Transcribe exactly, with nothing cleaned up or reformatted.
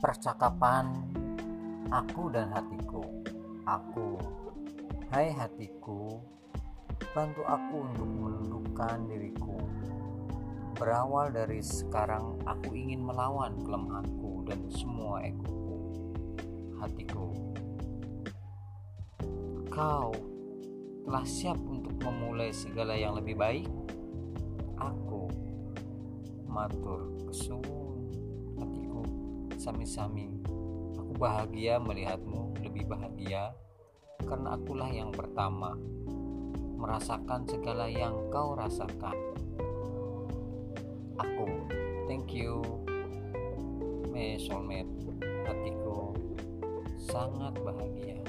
Percakapan aku dan hatiku. Aku, hai hatiku, bantu aku untuk menundukkan diriku. Berawal dari sekarang, aku ingin melawan kelemahanku dan semua egoku. Hatiku, kau telah siap untuk memulai segala yang lebih baik? Aku, matur kesuwun. Hatiku, sami-sami. Aku bahagia melihatmu lebih bahagia, karena akulah yang pertama merasakan segala yang kau rasakan. Aku, thank you, my soulmate. Hatiku sangat bahagia.